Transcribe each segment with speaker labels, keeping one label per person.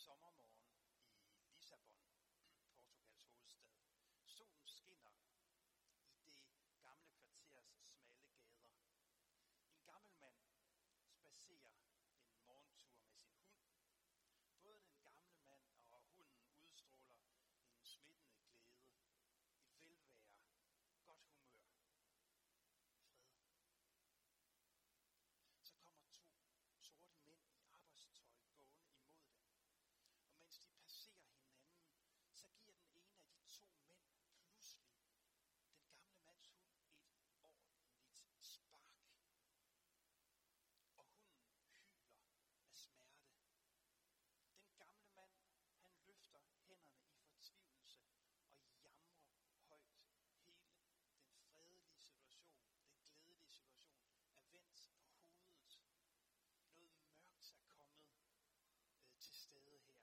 Speaker 1: sommermorgen i Lissabon, Portugals hovedstad. Solen skinner i det gamle kvarters smalle gader. En gammel mand spadserer en morgentur med sin hund. Både den gamle mand og hunden udstråler en smittende glæde, et velvære, godt humør, fred. Så kommer to sorte mænd i arbejdstøj gående imod dem. Og mens de passerer hinanden, så giver den ene af de to mænd pludselig den gamle mands hund et ordentligt spark. Og hunden hyler af smerte. Den gamle mand, han løfter hænderne i fortvivlelse og jamrer højt. Hele den fredelige situation, den glædelige situation, er vendt på hovedet. Noget mørkt er kommet til stede her.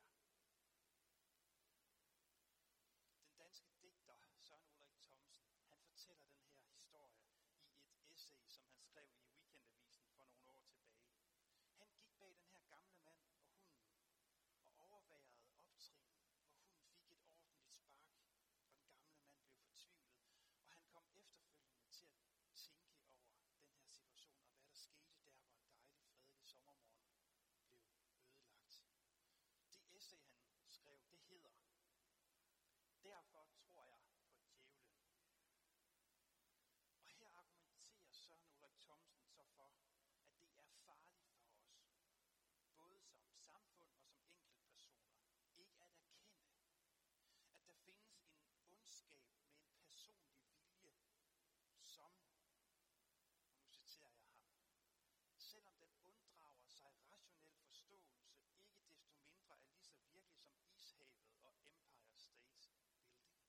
Speaker 1: Den danske digter Søren Ulrik Thomsen, han fortæller den her historie i et essay, som han skrev i Weekendavisen for nogle år tilbage. Han gik bag den her gamle mand og hunden og overværede optrin, hvor hunden fik et ordentligt spark, og den gamle mand blev fortvivlet. Og han kom efterfølgende til at tænke over den her situation, og hvad der skete der, hvor en dejlig, fredelig sommermorgen blev ødelagt. Det essay, han skrev, det hedder: Derfor tror jeg på djævlen. Og her argumenterer Søren Ulrik Thomsen så for, at det er farligt for os, både som samfund og som enkeltpersoner, ikke at erkende, at der findes en ondskab med en personlig vilje, som, og nu citerer jeg ham, selvom den unddrager sig rationel forståelse, ikke desto mindre er lige så virkelig som ishavet og Empire State Building.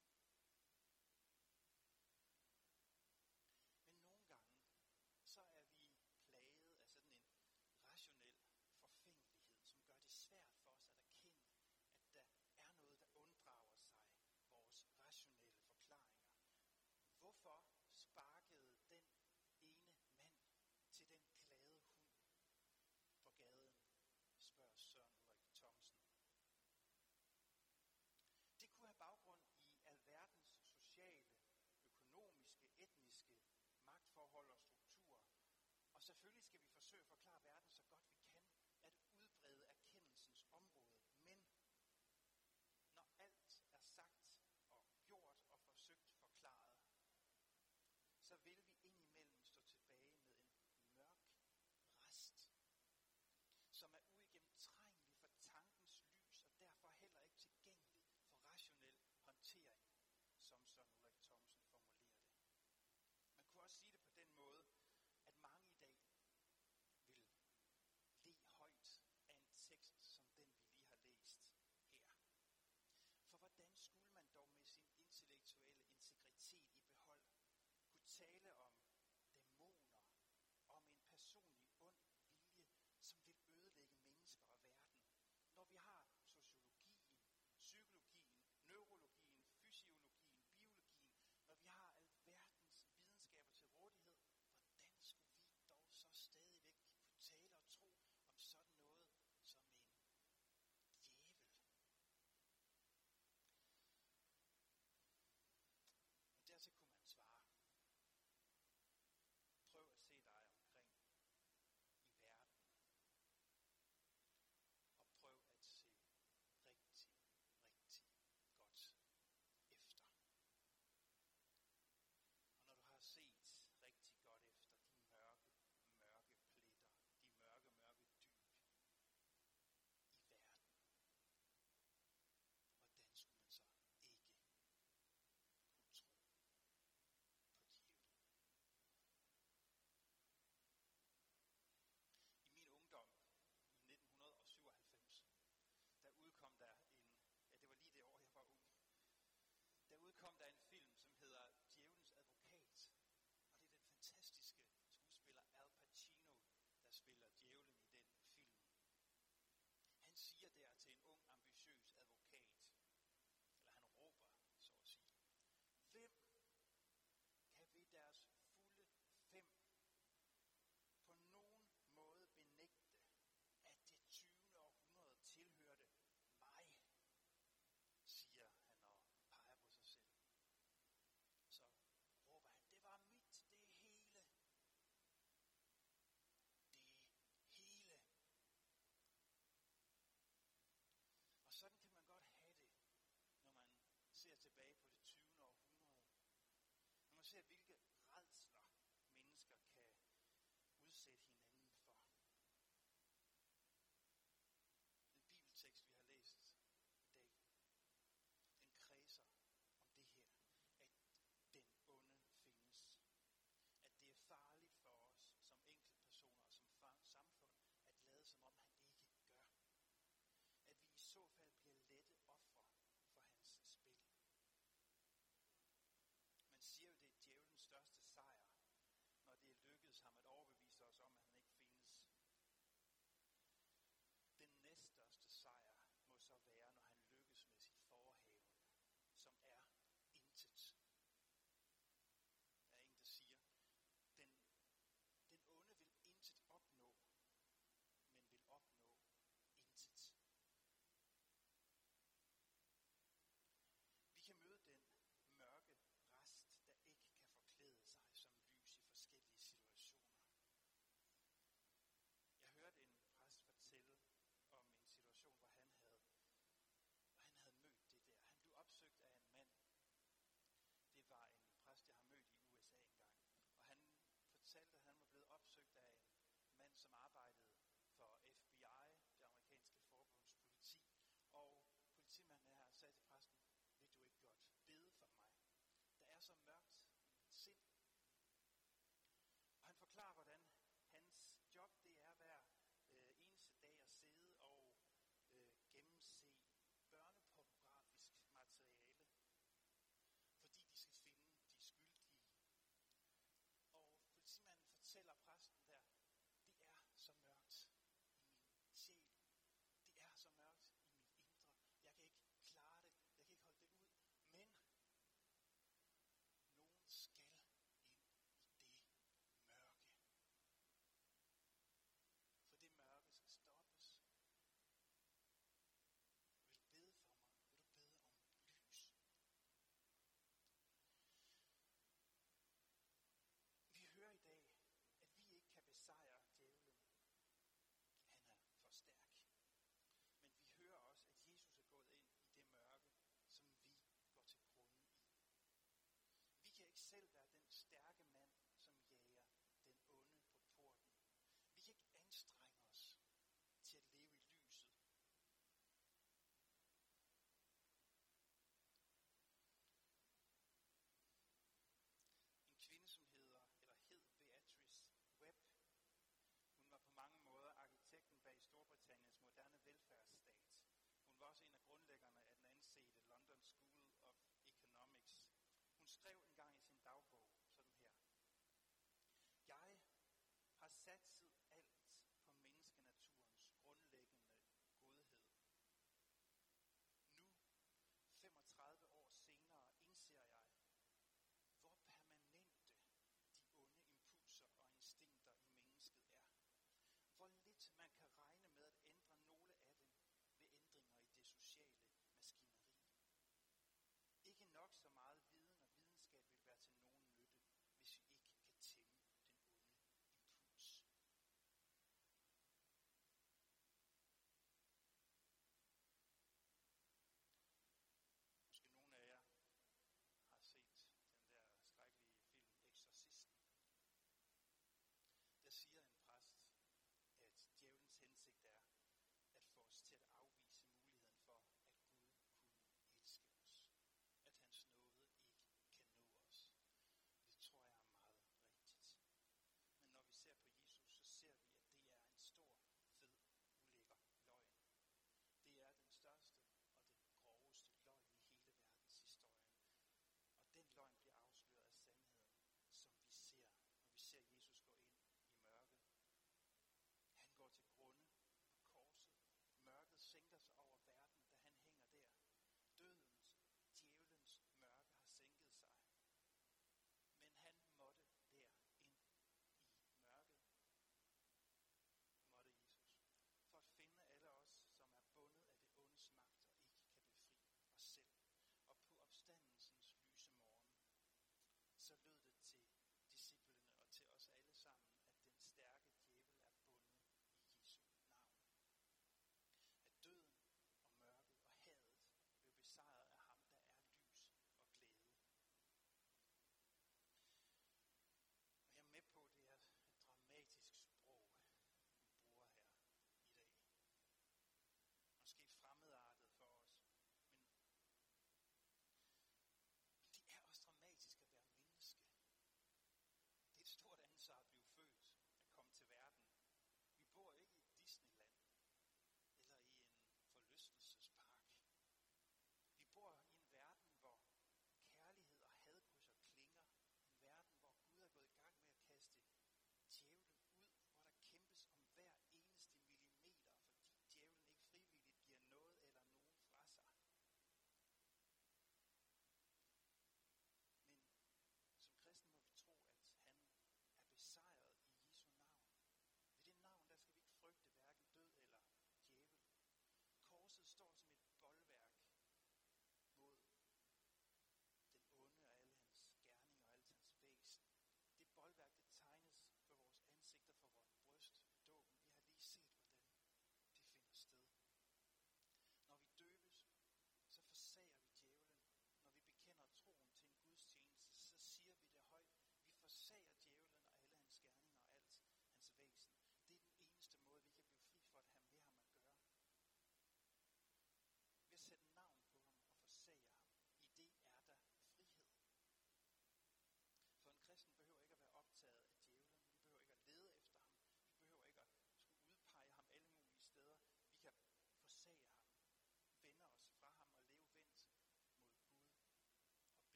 Speaker 1: Men nogle gange, så er vi plaget af sådan en rationel forfængelighed, som gør det svært for os at erkende, at der er noget, der unddrager sig vores rationelle forklaringer. Hvorfor sparkede den ene mand til den glade hund på gaden, spørger Søren Ulrik Thomsen. Det kunne have baggrund i alverdens sociale, økonomiske, etniske magtforhold og strukturer. Og selvfølgelig skal vi forsøge at forklare verden så godt vi kan, at udbrede erkendelsens område. Men når alt er sagt og gjort og forsøgt forklaret, så vil vi indimellem stå tilbage med en mørk rest, som er uigennemtrængelig for tankens lys og derfor heller ikke tilgængelig for rationel håndtering, som Søren Ulrik Thomsen formulerer det. Man kunne også sige det på den måde, at mange i dag vil le højt af en tekst som den, vi lige har læst her. For hvordan skulle man dog med sin intellektuelle integritet i behold kunne tale om dæmoner, om en personlig ond vilje, som vil ødelægge mennesker og verden, når vi har sociologien, psykologien, neurologien, fysiologien, biologien, når vi har alverdens videnskaber til rådighed? Hvordan skulle vi dog så stadigvæk kunne tale og tro om sådan noget som en djævel? Og dertil kunne man svare: ser, hvilke rædsler mennesker kan udsætte hinanden for. Den bibeltekst, vi har læst i dag, den kredser om det her, at den onde findes. At det er farligt for os som enkeltpersoner og som samfund at lade som om han ikke gør. At vi i så fald bliver lette ofre for hans spil. Man siger jo, det er djævelens største sejr, når det er lykkedes ham at overbevise os om, at han ikke findes. Den næststørste sejr må så være, når han lykkes med sit forehaven, som er intet. Der er ingen, der siger, den onde vil intet opnå, men vil opnå intet. Vi kan møde den mørke rest, der ikke kan forklæde sig som lys i forskellige situationer. Jeg hørte en præst fortælle om en situation, hvor han havde mødt det der. Han blev opsøgt af en mand. Det var en præst, jeg har mødt i USA engang. Og han fortalte, at han var blevet opsøgt af en mand, som arbejdede for FBI, det amerikanske forbundspoliti. Og politimanden her sagde til præsten, vil du ikke godt bede for mig? Der er så mørkt i mit sind. Og han forklarer, hvordan